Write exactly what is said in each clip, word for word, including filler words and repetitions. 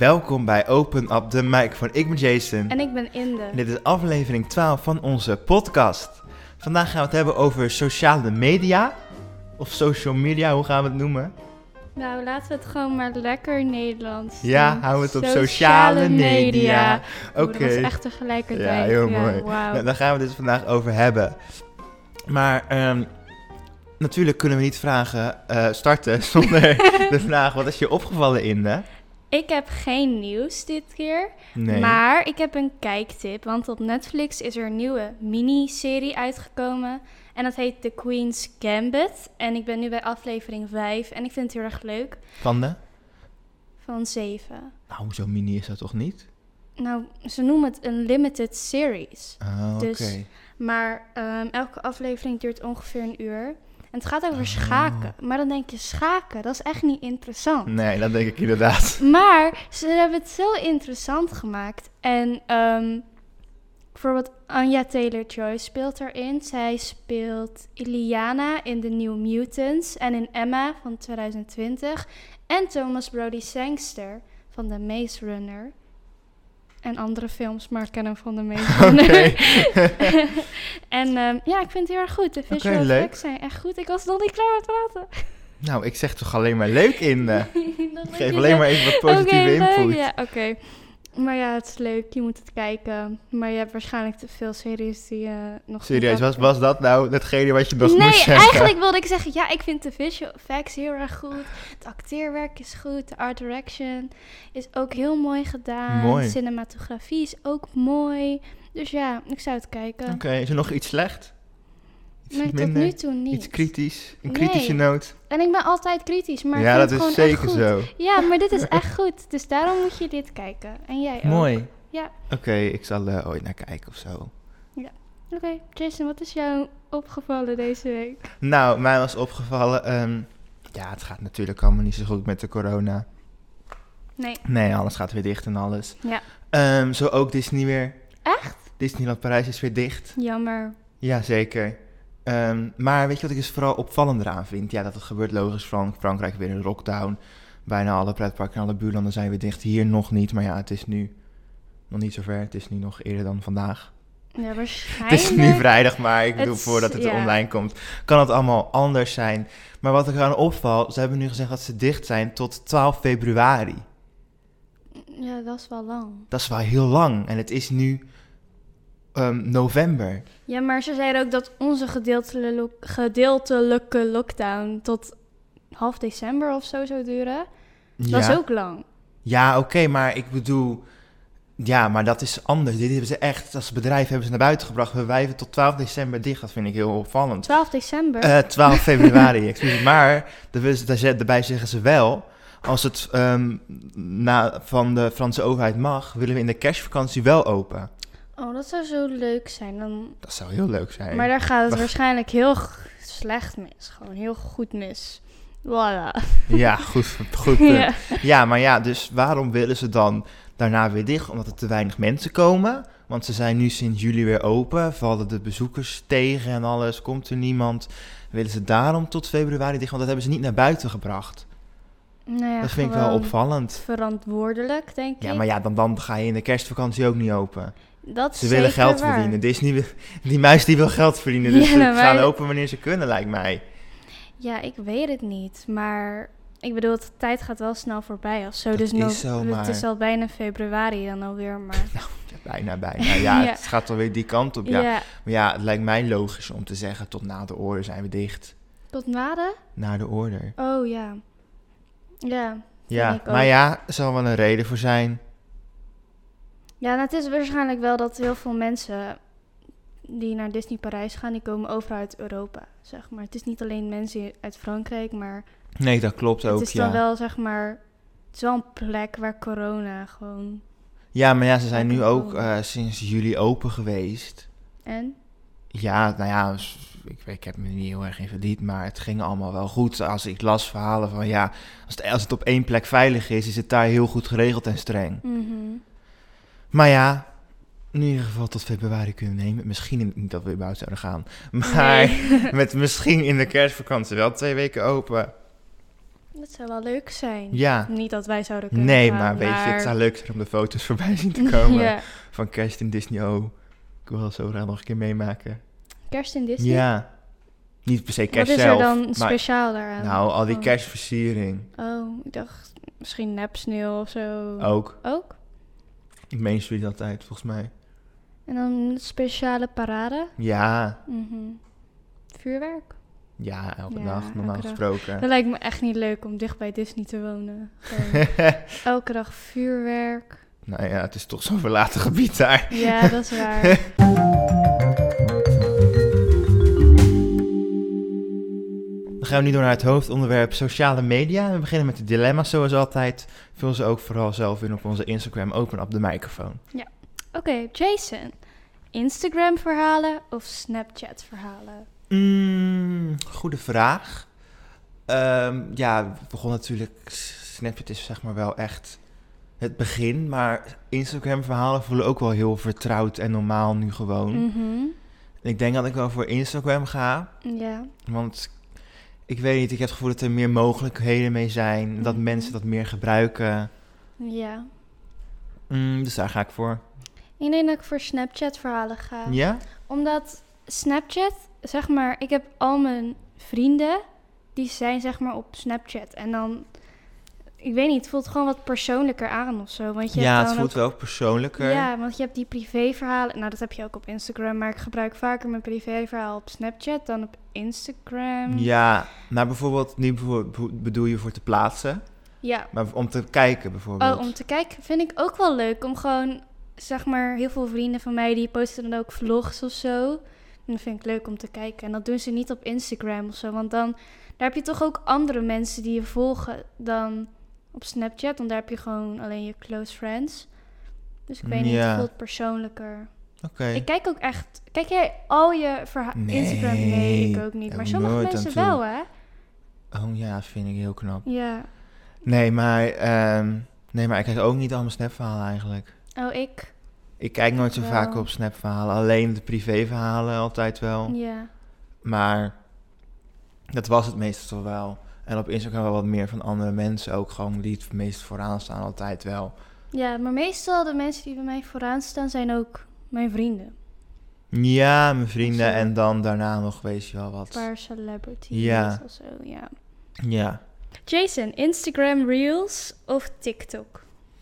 Welkom bij Open Up the Microphone. Ik ben Jason. En ik ben Inde. En dit is aflevering twaalf van onze podcast. Vandaag gaan we het hebben over sociale media. Of social media, hoe gaan we het noemen? Nou, laten we het gewoon maar lekker Nederlands doen. Ja, houden we het op sociale, sociale media. media. Oké. Okay. Dat is echt tegelijkertijd. Ja, heel mooi. Ja, wow. Nou, daar gaan we het dus vandaag over hebben. Maar um, natuurlijk kunnen we niet vragen, uh, starten zonder de vraag, wat is je opgevallen, Inde? Ik heb geen nieuws dit keer, Nee. maar ik heb een kijktip. Want op Netflix is er een nieuwe miniserie uitgekomen. En dat heet The Queen's Gambit. En ik ben nu bij aflevering vijf en ik vind het heel erg leuk. Van de? Van zeven. Nou, zo'n mini is dat toch niet? Nou, ze noemen het een limited series. Oh, oké. Dus, Okay. Maar um, elke aflevering duurt ongeveer een uur. En het gaat over oh. schaken. Maar dan denk je, schaken, dat is echt niet interessant. Nee, dat denk ik inderdaad. Maar ze hebben het zo interessant gemaakt. En um, bijvoorbeeld Anya Taylor-Joy speelt erin. Zij speelt Illyana in The New Mutants en in Emma van twintig twintig. En Thomas Brodie Sangster van The Maze Runner. En andere films, maar ik ken hem van The Maze Runner. Okay. En um, ja, ik vind het heel erg goed. De visual okay, effects zijn echt goed. Ik was nog niet klaar met praten. Nou, ik zeg toch alleen maar leuk in. Uh, geef alleen maar even wat positieve okay, input. Ja, oké. Okay. Maar ja, het is leuk. Je moet het kijken. Maar je hebt waarschijnlijk te veel series die je nog... Serieus, was, was dat nou hetgene wat je nog nee, moest zeggen? Nee, eigenlijk wilde ik zeggen... Ja, ik vind de visual effects heel erg goed. Het acteerwerk is goed. De art direction is ook heel mooi gedaan. Mooi. De cinematografie is ook mooi. Dus ja, ik zou het kijken. Oké, okay, is er nog iets slecht? Iets nee, minder, tot nu toe niet. Iets kritisch? Een kritische nee. noot? En ik ben altijd kritisch, maar ja, ik vind dat het is gewoon zeker echt goed. zo. Ja, maar dit is echt goed. Dus daarom moet je dit kijken. En jij ook. Mooi. Ja. Oké, okay, ik zal uh, ooit naar kijken of zo. Ja. Oké, okay. Jason, wat is jou opgevallen deze week? Nou, mij was opgevallen... Um, ja, het gaat natuurlijk allemaal niet zo goed met de corona. Nee. Nee, alles gaat weer dicht en alles. Ja. Um, zo ook Disney weer. Echt? Disneyland Parijs is weer dicht. Jammer. Ja, zeker. Um, maar weet je wat ik dus vooral opvallender aan vind? Ja, dat het gebeurt logisch. Frank- Frankrijk weer een lockdown. Bijna alle pretparken en alle buurlanden zijn weer dicht. Hier nog niet, maar ja, het is nu nog niet zover. Het is nu nog eerder dan vandaag. Ja, waarschijnlijk. Het is nu vrijdag, maar ik bedoel, het, voordat het ja. online komt, kan het allemaal anders zijn. Maar wat ik aan opval, ze hebben nu gezegd dat ze dicht zijn tot twaalf februari. Ja, dat is wel lang. Dat is wel heel lang. En het is nu um, november. Ja, maar ze zeiden ook dat onze gedeeltelijke, gedeeltelijke lockdown tot half december of zo zou duren. Dat ja. is ook lang. Ja, oké, okay, maar ik bedoel... Ja, maar dat is anders. Dit hebben ze echt, als bedrijf hebben ze naar buiten gebracht. We wijven tot twaalf december dicht. Dat vind ik heel opvallend. twaalf december? Uh, twaalf februari, excuus. Maar daarbij zeggen ze wel... Als het um, na, van de Franse overheid mag... willen we in de kerstvakantie wel open. Oh, dat zou zo leuk zijn. Dan... Dat zou heel leuk zijn. Maar daar gaat het Wacht. waarschijnlijk heel g- slecht mis. Gewoon heel goed mis. Voilà. Ja, goed, goed punt. Ja. ja, maar ja, dus waarom willen ze dan daarna weer dicht? Omdat er te weinig mensen komen. Want ze zijn nu sinds juli weer open. Vallen de bezoekers tegen en alles. Komt er niemand. Willen ze daarom tot februari dicht? Want dat hebben ze niet naar buiten gebracht. Nou ja, dat vind ik wel opvallend. Verantwoordelijk, denk ja, ik. Ja, maar ja, dan, dan ga je in de kerstvakantie ook niet open. Dat ze willen geld waar. verdienen. Disney, die muis die wil geld verdienen. Dus ja, ze nou, gaan open wanneer ze kunnen, lijkt mij. Ja, ik weet het niet. Maar ik bedoel, de tijd gaat wel snel voorbij of zo. Dat dus is no- zo, maar... Het is al bijna februari dan alweer, maar... Nou, ja, bijna, bijna. Ja, ja, het gaat alweer die kant op, ja. ja. Maar ja, het lijkt mij logisch om te zeggen... tot na de order zijn we dicht. Tot na de? Na de order. Oh, ja. Ja, Ja, maar ook. Ja, er zal wel een reden voor zijn. Ja, nou, het is waarschijnlijk wel dat heel veel mensen... die naar Disney Parijs gaan, die komen overal uit Europa, zeg maar. Het is niet alleen mensen uit Frankrijk, maar... Nee, dat klopt ook, ja. Het is dan ja. wel, zeg maar... Het is wel een plek waar corona gewoon... Ja, maar ja, ze zijn nu ook uh, sinds juli open geweest. En? Ja, nou ja, ik, ik heb me niet heel erg in verdiept, maar het ging allemaal wel goed. Als ik las verhalen van, ja, als het, als het op één plek veilig is, is het daar heel goed geregeld en streng. Mm-hmm. Maar ja... in ieder geval tot februari kunnen nemen. Misschien in, niet dat we überhaupt zouden gaan. Maar nee. met misschien in de kerstvakantie wel twee weken open. Dat zou wel leuk zijn. Ja. Niet dat wij zouden kunnen Nee, gaan, maar weet maar... je, het zou leuk zijn om de foto's voorbij zien te komen. Ja. Van kerst in Disney. Oh, ik wil dat zo graag nog een keer meemaken. Kerst in Disney? Ja. Niet per se kerst Wat is zelf. er dan maar, speciaal daaraan? nou, al die Oh. kerstversiering. Oh, ik dacht misschien nepsneeuw of zo. Ook. Ook? Op Main Street altijd, volgens mij. En dan een speciale parade? Ja. Mhm. Vuurwerk? Ja, elke Ja, dag, normaal elke dag. gesproken. Dat lijkt me echt niet leuk om dicht bij Disney te wonen. Gewoon elke dag vuurwerk. Nou ja, het is toch zo'n verlaten gebied daar. Ja, dat is waar. Dan gaan we nu door naar het hoofdonderwerp sociale media. We beginnen met de dilemma's zoals altijd. Vul ze ook vooral zelf in op onze Instagram. Open op de microfoon. Oké, okay, Jason. Instagram-verhalen of Snapchat-verhalen? Mm, goede vraag. Um, ja, we begonnen natuurlijk... Snapchat is zeg maar wel echt het begin. Maar Instagram-verhalen voelen ook wel heel vertrouwd en normaal nu gewoon. Mm-hmm. Ik denk dat ik wel voor Instagram ga. Ja. Want ik weet niet, ik heb het gevoel dat er meer mogelijkheden mee zijn. Mm-hmm. Dat mensen dat meer gebruiken. Ja. Mm, dus daar ga ik voor. Ik denk dat ik voor Snapchat-verhalen ga. Ja? Omdat Snapchat, zeg maar, ik heb al mijn vrienden, die zijn zeg maar op Snapchat. En dan, ik weet niet, het voelt gewoon wat persoonlijker aan of zo. Want je ja, hebt het dan voelt ook, wel persoonlijker. Ja, want je hebt die privéverhalen. Nou, dat heb je ook op Instagram. Maar ik gebruik vaker mijn privéverhaal op Snapchat dan op Instagram. Ja, maar bijvoorbeeld, niet bijvoorbeeld, bedoel je voor te plaatsen? Ja. Maar om te kijken bijvoorbeeld. Oh, om te kijken vind ik ook wel leuk. Om gewoon, zeg maar, heel veel vrienden van mij, die posten dan ook vlogs of zo. En dat vind ik leuk om te kijken. En dat doen ze niet op Instagram of zo. Want dan, daar heb je toch ook andere mensen die je volgen dan op Snapchat. Want daar heb je gewoon alleen je close friends. Dus ik weet niet, Ja. het voelt persoonlijker. Oké. Okay. Ik kijk ook echt... Kijk jij al je verha- Nee, Instagram? Nee, ik ook niet. heb Maar ik sommige nooit mensen aan toe. wel, hè? Oh ja, vind ik heel knap. Ja. Nee, maar, um, nee, maar ik kijk ook niet al mijn Snap-verhalen eigenlijk. Oh, ik? Ik kijk nooit zo wel. vaak op Snap-verhalen. Alleen de privé-verhalen altijd wel. Ja. Maar dat was het meestal wel. En op Instagram wel wat meer van andere mensen ook gewoon die het meest vooraan staan altijd wel. Ja, maar meestal de mensen die bij mij vooraan staan zijn ook mijn vrienden. Ja, mijn vrienden Zo. en dan daarna nog weet je wel wat. Een paar celebrities Ja. of zo, ja. Ja. Jason, Instagram Reels of TikTok?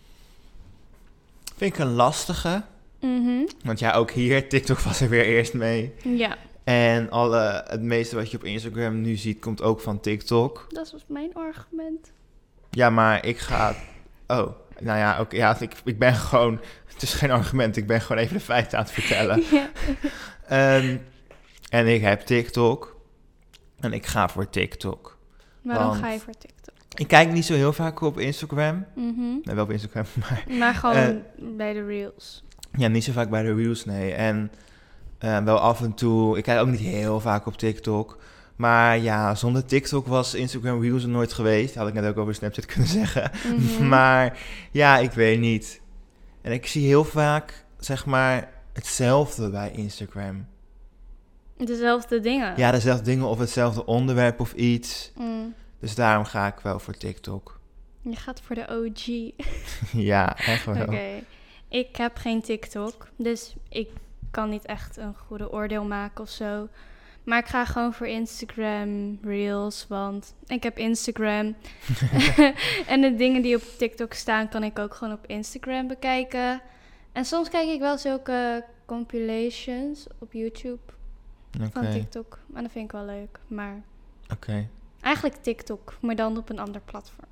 Vind ik een lastige. Mhm. Want ja, ook hier, TikTok was er weer eerst mee. Ja, En alle, het meeste wat je op Instagram nu ziet, komt ook van TikTok. dat was mijn argument. Ja, maar ik ga... Oh, nou ja, ook, ja ik, ik ben gewoon... Het is geen argument, ik ben gewoon even de feiten aan het vertellen. Ja. um, en ik heb TikTok. En ik ga voor TikTok. Waarom Want ga je voor TikTok? Ik kijk niet zo heel vaak op Instagram. Mhm. Nee, wel op Instagram, maar... Maar gewoon Eh, bij de Reels. Ja, niet zo vaak bij de Reels, nee. En uh, wel af en toe... Ik kijk ook niet heel vaak op TikTok. Maar ja, zonder TikTok was Instagram Reels er nooit geweest. Had ik net ook over Snapchat kunnen zeggen. Mhm. Maar ja, ik weet niet. En ik zie heel vaak, zeg maar, hetzelfde bij Instagram. Dezelfde dingen. Ja, dezelfde dingen of hetzelfde onderwerp of iets. Mm. Dus daarom ga ik wel voor TikTok. Je gaat voor de O G. Ja, echt wel. Oké. Okay. Ik heb geen TikTok, dus ik kan niet echt een goede oordeel maken of zo. Maar ik ga gewoon voor Instagram Reels, want ik heb Instagram. En de dingen die op TikTok staan, kan ik ook gewoon op Instagram bekijken. En soms kijk ik wel zulke compilations op YouTube okay. van TikTok. En dat vind ik wel leuk, maar... Oké. Okay. Eigenlijk TikTok, maar dan op een ander platform.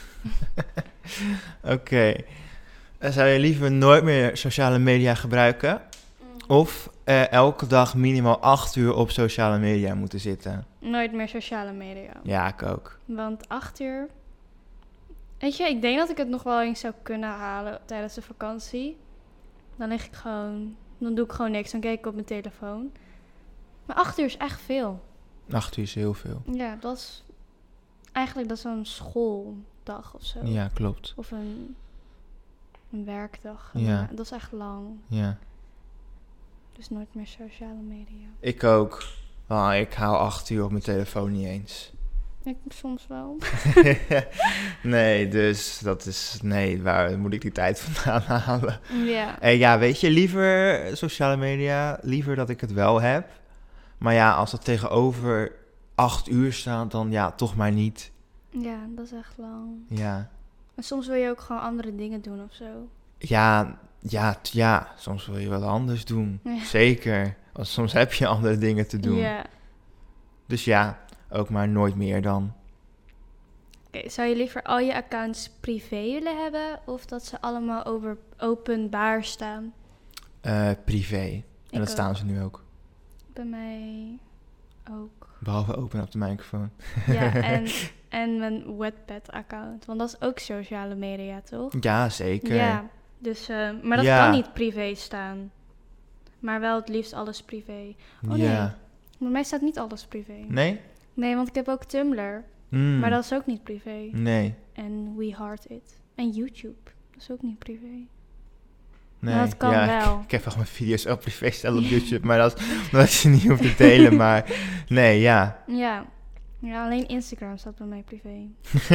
Oké. Okay. Zou je liever nooit meer sociale media gebruiken? Mm. Of uh, elke dag minimaal acht uur op sociale media moeten zitten? Nooit meer sociale media. Ja, ik ook. Want acht uur... Weet je, ik denk dat ik het nog wel eens zou kunnen halen tijdens de vakantie. Dan lig ik gewoon... Dan doe ik gewoon niks, dan kijk ik op mijn telefoon. Maar acht uur is echt veel. Acht uur is heel veel. Ja, dat is... Eigenlijk dat is zo'n schooldag of zo. Ja, klopt. Of een, een werkdag. Ja. Dat is echt lang. Ja. Dus nooit meer sociale media. Ik ook. Oh, ik hou acht uur op mijn telefoon niet eens. Ik soms wel. Nee, dus dat is... Nee, waar moet ik die tijd vandaan halen? Ja. En ja, weet je, liever sociale media, liever dat ik het wel heb. Maar ja, als dat tegenover acht uur staat, dan ja, toch maar niet. Ja, dat is echt lang. Ja, En soms wil je ook gewoon andere dingen doen of zo. ja, ja, t- ja, soms wil je wat anders doen. Ja. Zeker, want soms heb je andere dingen te doen. Ja. Dus ja, ook maar nooit meer dan. Oké, zou je liever al je accounts privé willen hebben of dat ze allemaal over openbaar staan? Eh, privé. En Ik dat ook. staan ze nu ook. Bij mij ook. Behalve open op de microfoon. Ja, en, en mijn Wattpad-account. Want dat is ook sociale media, toch? Ja, zeker. Ja, dus, eh, maar dat Ja. kan niet privé staan. Maar wel het liefst alles privé. Oh nee, Ja. bij mij staat niet alles privé. Nee? Nee, want ik heb ook Tumblr. Mm. Maar dat is ook niet privé. Nee. En We Heart It. En YouTube. Dat is ook niet privé. Nee. Maar dat kan ja, wel. Ik, ik heb wel mijn video's ook privé stellen op YouTube, maar dat is omdat ik ze niet hoef te delen. Maar nee, ja. Ja. Ja, alleen Instagram staat bij mij privé.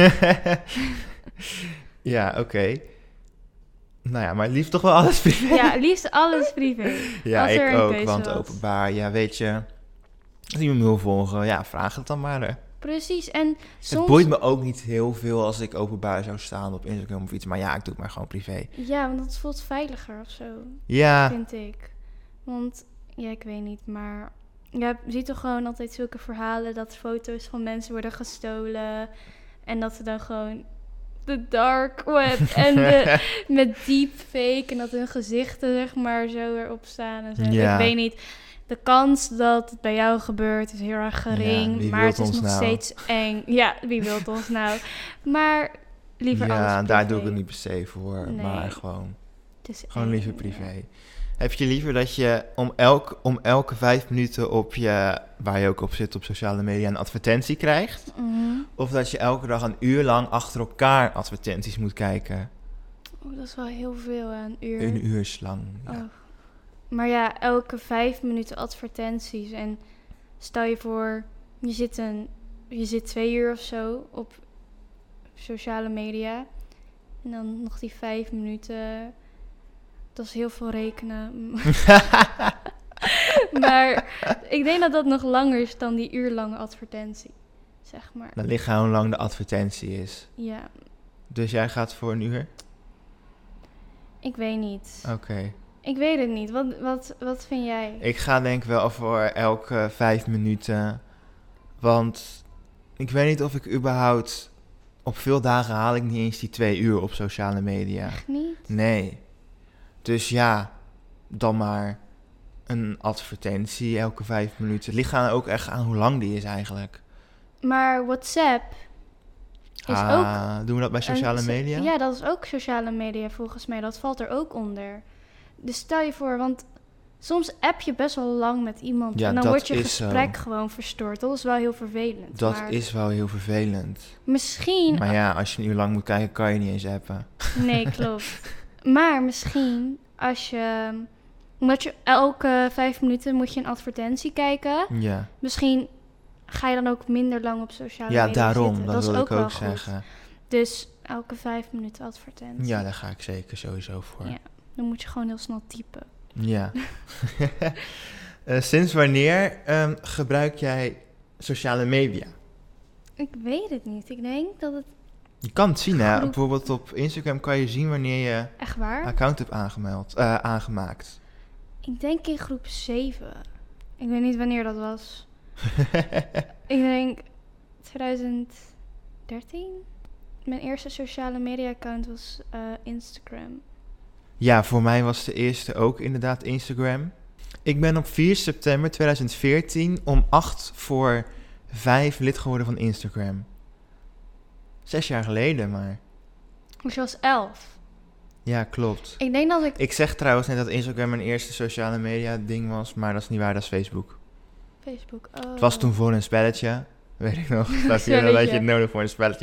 Ja, oké. Nou ja, maar liefst toch wel alles privé. Ja, liefst alles privé. Ja, als er ik een ook, keuze want was. openbaar, ja, weet je. Als je me wil volgen, ja, vraag het dan maar. Hè. Precies. En soms... Het boeit me ook niet heel veel als ik openbaar zou staan op Instagram of iets. Maar ja, ik doe het maar gewoon privé. Ja, want dat voelt veiliger of zo. Ja, Vind ik. Want, ja, ik weet niet, maar... Je ziet toch gewoon altijd zulke verhalen dat foto's van mensen worden gestolen. En dat ze dan gewoon de dark web en de, met deepfake en dat hun gezichten zeg maar zo erop staan. En zo. Ja. Ik weet niet. De kans dat het bij jou gebeurt is heel erg gering. Ja, wie maar wilt het is ons nog nou? steeds eng. Ja, wie wil ons nou? Maar liever alles ja privé. daar doe ik het niet per se voor. Nee. Maar gewoon, Het is gewoon eng, liever ja. privé. Heb je liever dat je om, elk, om elke vijf minuten op je, waar je ook op zit op sociale media, een advertentie krijgt? Mhm. Of dat je elke dag een uur lang achter elkaar advertenties moet kijken? Oeh, dat is wel heel veel, hè, een uur. Een uur lang. Ja. Oh. Maar ja, elke vijf minuten advertenties. En stel je voor, je zit, een, je zit twee uur of zo op sociale media. En dan nog die vijf minuten. Dat is heel veel rekenen. Maar ik denk dat dat nog langer is dan die uurlange advertentie. Zeg maar. Dan ligt aan hoe lang de advertentie is. Ja, Dus jij gaat voor een uur? ik weet niet. Oké. Ik weet het niet. Wat, wat, wat vind jij? Ik ga denk wel voor elke vijf minuten. Want ik weet niet of ik überhaupt... Op veel dagen haal ik niet eens die twee uur op sociale media. Echt niet? Nee. Dus ja, dan maar een advertentie elke vijf minuten. Het ligt aan ook echt aan hoe lang die is eigenlijk. Maar WhatsApp is ah, doen we dat bij sociale een so- media? Ja, dat is ook sociale media volgens mij. Dat valt er ook onder. Dus stel je voor, want soms app je best wel lang met iemand. Ja, en dan dat wordt je is gesprek zo. gewoon verstoord. Dat is wel heel vervelend. Dat maar is wel heel vervelend. misschien... Maar ja, als je een uur lang moet kijken, kan je niet eens appen. Nee, klopt. Maar misschien als je... Omdat je elke vijf minuten moet je een advertentie kijken. Ja, Misschien ga je dan ook minder lang op sociale ja media daarom. zitten. Dat, is wil ik wel ook goed. zeggen. Dus elke vijf minuten advertentie. Ja, daar ga ik zeker sowieso voor. Ja. Dan moet je gewoon heel snel typen. Ja. Eh, sinds wanneer ehm, gebruik jij sociale media? Ik weet het niet. Ik denk dat het Je kan het zien, hè? Groep- Bijvoorbeeld op Instagram kan je zien wanneer je echt waar. account hebt aangemeld, eh, aangemaakt. Ik denk in groep zeven. Ik weet niet wanneer dat was. Ik denk twintig dertien. Mijn eerste sociale media account was eh, Instagram. Ja, voor mij was de eerste ook inderdaad Instagram. Ik ben op vier september tweeduizend veertien om acht voor vijf lid geworden van Instagram. Zes jaar geleden, maar... Dus je was elf. Ja, klopt. Ik denk dat ik... Ik zeg trouwens net dat Instagram mijn eerste sociale media ding was, maar dat is niet waar, dat is Facebook. Facebook. Oh. Het was toen voor een spelletje, weet ik nog. Snap je Spelletje. wel dat je het nodig voor een spelletje?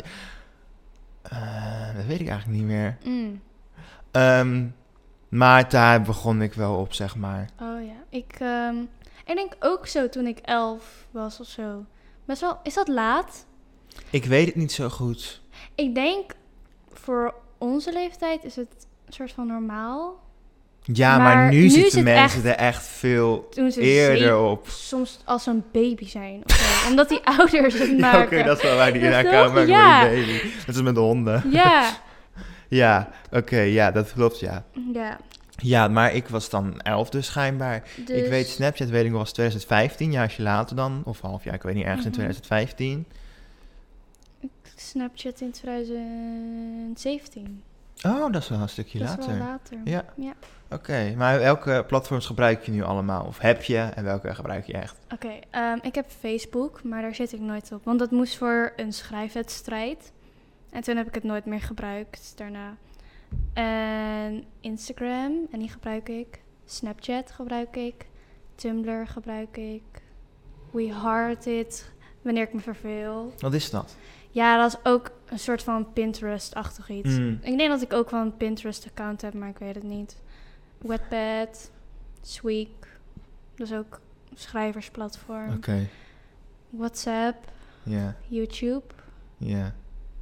Eh, dat weet ik eigenlijk niet meer. Mm. Ehm, maar daar begon ik wel op, zeg maar. Oh ja. Ik, ehm, ik denk ook zo toen ik elf was of zo. Best wel... Is dat laat? Ik weet het niet zo goed. Ik denk, voor onze leeftijd is het een soort van normaal. Ja, maar, maar nu, nu zitten zit mensen echt- er echt veel Toen ze eerder zeven- op. Soms als ze een baby zijn of zo. Omdat die ouders het Ja, maken. oké, dat is wel waar die in Ja, account toch? maken Ja. voor je baby. Dat is met de honden. Ja. Ja, oké, ja, dat klopt, ja. Ja. Ja, maar ik was dan elf dus schijnbaar. Dus, Ik weet, Snapchat weet ik nog, was twintig vijftien, jaartje later dan. Of half jaar, ik weet niet, ergens Mhm. in twintig vijftien. Snapchat in twintig zeventien. Oh, dat is wel een stukje Dat is later. wel later. Ja. Ja. Oké, maar welke platforms gebruik je nu allemaal? Of heb je en welke gebruik je echt? Oké, ehm, ik heb Facebook, maar daar zit ik nooit op. Want dat moest voor een schrijfwedstrijd. En toen heb ik het nooit meer gebruikt daarna. En Instagram, en die gebruik ik. Snapchat gebruik ik. Tumblr gebruik ik. We Heart It, wanneer ik me verveel. Wat is dat? Ja, dat is ook een soort van Pinterest-achtig iets. Mm. Ik denk dat ik ook wel een Pinterest-account heb, maar ik weet het niet. Wattpad, Sweek, dat is ook een schrijversplatform. Oké, WhatsApp, ja, YouTube, ja.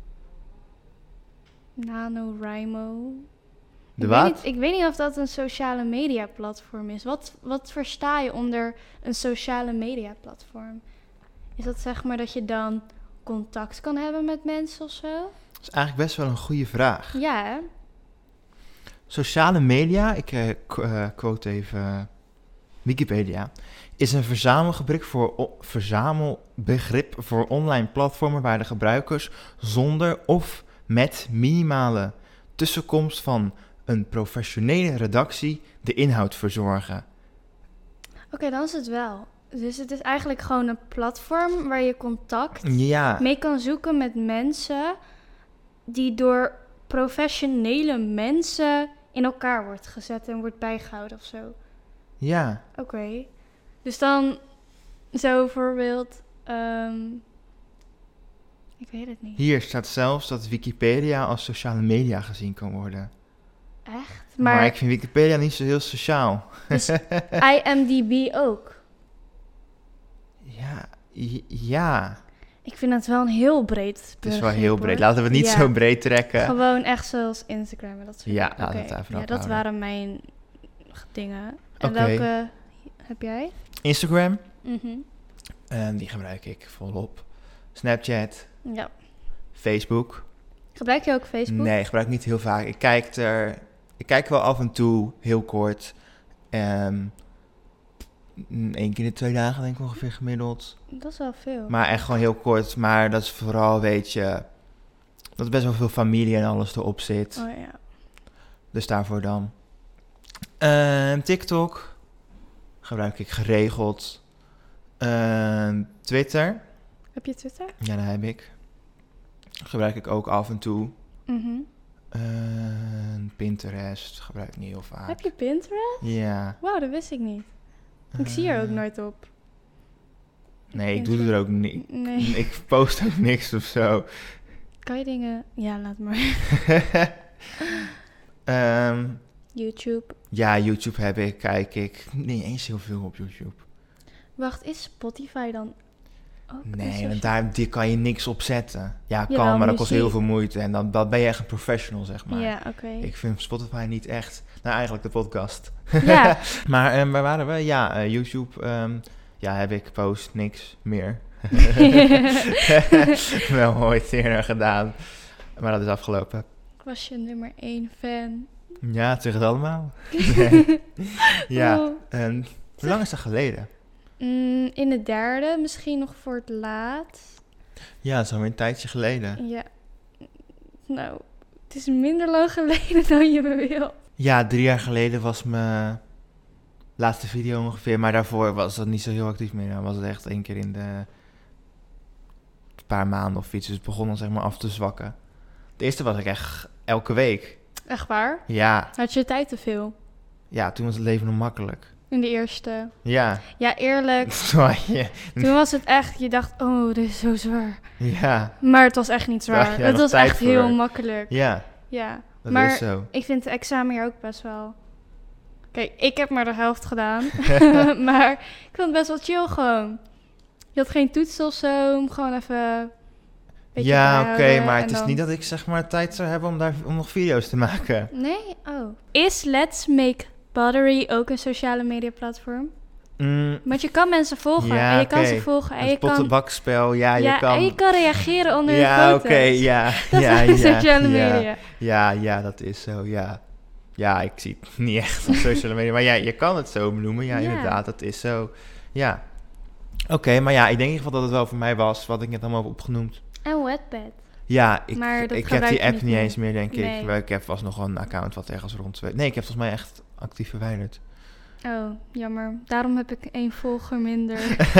NaNoWriMo. De ik wat? Weet niet, ik weet niet of dat een sociale media platform is. Wat, wat versta je onder een sociale media platform? Is dat zeg maar dat je dan contact kan hebben met mensen of zo? Dat is eigenlijk best wel een goede vraag. Ja, hè? Sociale media, ik eh, qu- eh, quote even eh, Wikipedia, is een verzamelbegrip voor, o- verzamelbegrip voor online platformen waar de gebruikers zonder of met minimale tussenkomst van een professionele redactie de inhoud verzorgen. Oké, dan is het wel. Dus het is eigenlijk gewoon een platform waar je contact Ja, mee kan zoeken met mensen die door professionele mensen in elkaar wordt gezet en wordt bijgehouden of zo. ja, Oké. Dus dan zo bijvoorbeeld, ehm, ik weet het niet. hier staat zelfs dat Wikipedia als sociale media gezien kan worden. Echt? Maar, Maar, ik vind Wikipedia niet zo heel sociaal. dus I M D B ook. Ja, i- ja, Ik vind het wel een heel breed het is wel begrip, heel hoor. breed. Laten we het niet Ja. zo breed trekken. Gewoon echt zoals Instagram en dat soort Ja, dingen. laten we Oké. het even Ja, dat ophouden. waren mijn dingen. En Oké. welke heb jij? Instagram, Mhm. en die gebruik ik volop. Snapchat, Ja. Facebook. Gebruik je ook Facebook? Nee, gebruik ik niet heel vaak. Ik kijk er, ik kijk wel af en toe, heel kort. Um, Eén keer in de twee dagen denk ik ongeveer gemiddeld. Dat is wel veel. Maar echt gewoon heel kort. Maar dat is vooral, weet je, dat er best wel veel familie en alles erop zit. Oh ja. Dus daarvoor dan. Ehm, TikTok gebruik ik geregeld. Ehm, Twitter, Heb je Twitter? ja, dat heb ik. Gebruik ik ook af en toe. Mhm. Ehm, Pinterest gebruik ik niet heel vaak. Heb je Pinterest? Ja. Wauw, dat wist ik niet. Ik zie er ook Eh, nooit op. Nee, ik doe er ook niet. Nee. Ik post ook niks of zo. Kan je dingen... Ja, laat maar. Ehm, YouTube. ja, YouTube heb ik, kijk ik. Niet eens heel veel op YouTube. Wacht, is Spotify dan ook een Nee, socia- want daar die kan je niks op zetten. Ja, kan, Jawel, maar dat kost heel muziek. veel moeite. En dan, dan ben je echt een professional, zeg maar. Ja, oké. Ik vind Spotify niet echt... Nou, eigenlijk de podcast. Ja. Maar ehm, waar waren we? Ja, eh, YouTube. ehm, ja, heb ik post niks meer. Wel ooit eerder gedaan. Maar dat is afgelopen. Ik was je nummer één fan. Ja, zeg het allemaal. Nee. Ja, Oh. en hoe lang is dat geleden? Mm, in de derde, misschien nog voor het laatst. Ja, dat is alweer een tijdje geleden. Ja. Nou, het is minder lang geleden dan je me wil. Ja, drie jaar geleden was mijn laatste video ongeveer. Maar daarvoor was dat niet zo heel actief meer. Dan was het echt één keer in de paar maanden of iets. Dus het begon dan zeg maar af te zwakken. De eerste was ik echt elke week. Echt waar? Ja, Had je tijd te veel? ja, toen was het leven nog makkelijk. In de eerste. Ja. Ja, eerlijk. Toen had je- Toen was het echt, je dacht, oh, dit is zo zwaar. ja, Maar het was echt niet zwaar. Ja, ja, het nog was tijd echt heel voor. makkelijk. ja, Ja. dat Maar is zo. ik vind het examen hier ook best wel... Kijk, ik heb maar de helft gedaan. Maar ik vond het best wel chill gewoon. Je had geen toetsen of zo. Gewoon even beetje Ja, oké, bijhouden maar en het is dan- niet dat ik zeg maar tijd zou hebben om, daar, om nog video's te maken. Nee? Oh. Is Let's Make Pottery ook een sociale media platform? Mm, Want je kan mensen volgen Ja, en je kan oké. ze volgen en je het kan... pottenbakspel, ja, ja, je kan... en je kan reageren onder ja, je oké, foto's. ja. Dat ja, is ja, sociale ja. media. Ja, ja, dat is zo, ja. Ja, ik zie het niet echt als sociale media, maar ja, je kan het zo benoemen. Ja, Ja. inderdaad, dat is zo. Ja. Oké, maar ja, ik denk in ieder geval dat het wel voor mij was, wat ik net allemaal heb opgenoemd. En Wattpad. Ja, ik, Maar dat ik heb gebruik die je app niet niet meer. eens meer, denk Nee. ik. Maar ik heb vast nog wel een account wat ergens rond twee... Nee, ik heb volgens mij echt actief verwijderd. Oh, jammer. Daarom heb ik één volger minder.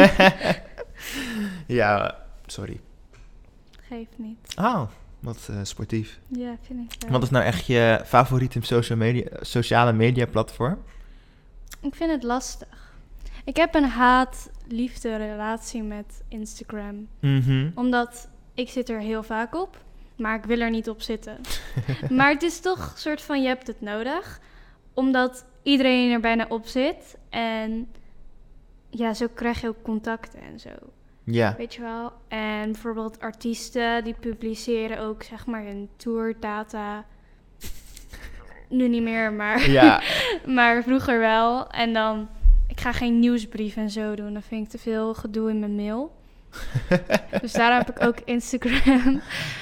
Ja, sorry. Geeft niet. Oh, wat eh, sportief. Ja, vind ik wel. Wat is nou echt je favoriete social media, sociale media platform? Ik vind het lastig. Ik heb een haat-liefde relatie met Instagram. Mhm. Omdat ik zit er heel vaak op, maar ik wil er niet op zitten. Maar het is toch een soort van, je hebt het nodig. Omdat iedereen er bijna op zit. En ja, zo krijg je ook contacten en zo. Ja. Weet je wel? En bijvoorbeeld artiesten, die publiceren ook zeg maar hun tourdata. Nu niet meer, maar, Ja. maar vroeger wel. En dan, ik ga geen nieuwsbrief en zo doen. Dan vind ik te veel gedoe in mijn mail. Dus daarom heb ik ook Instagram.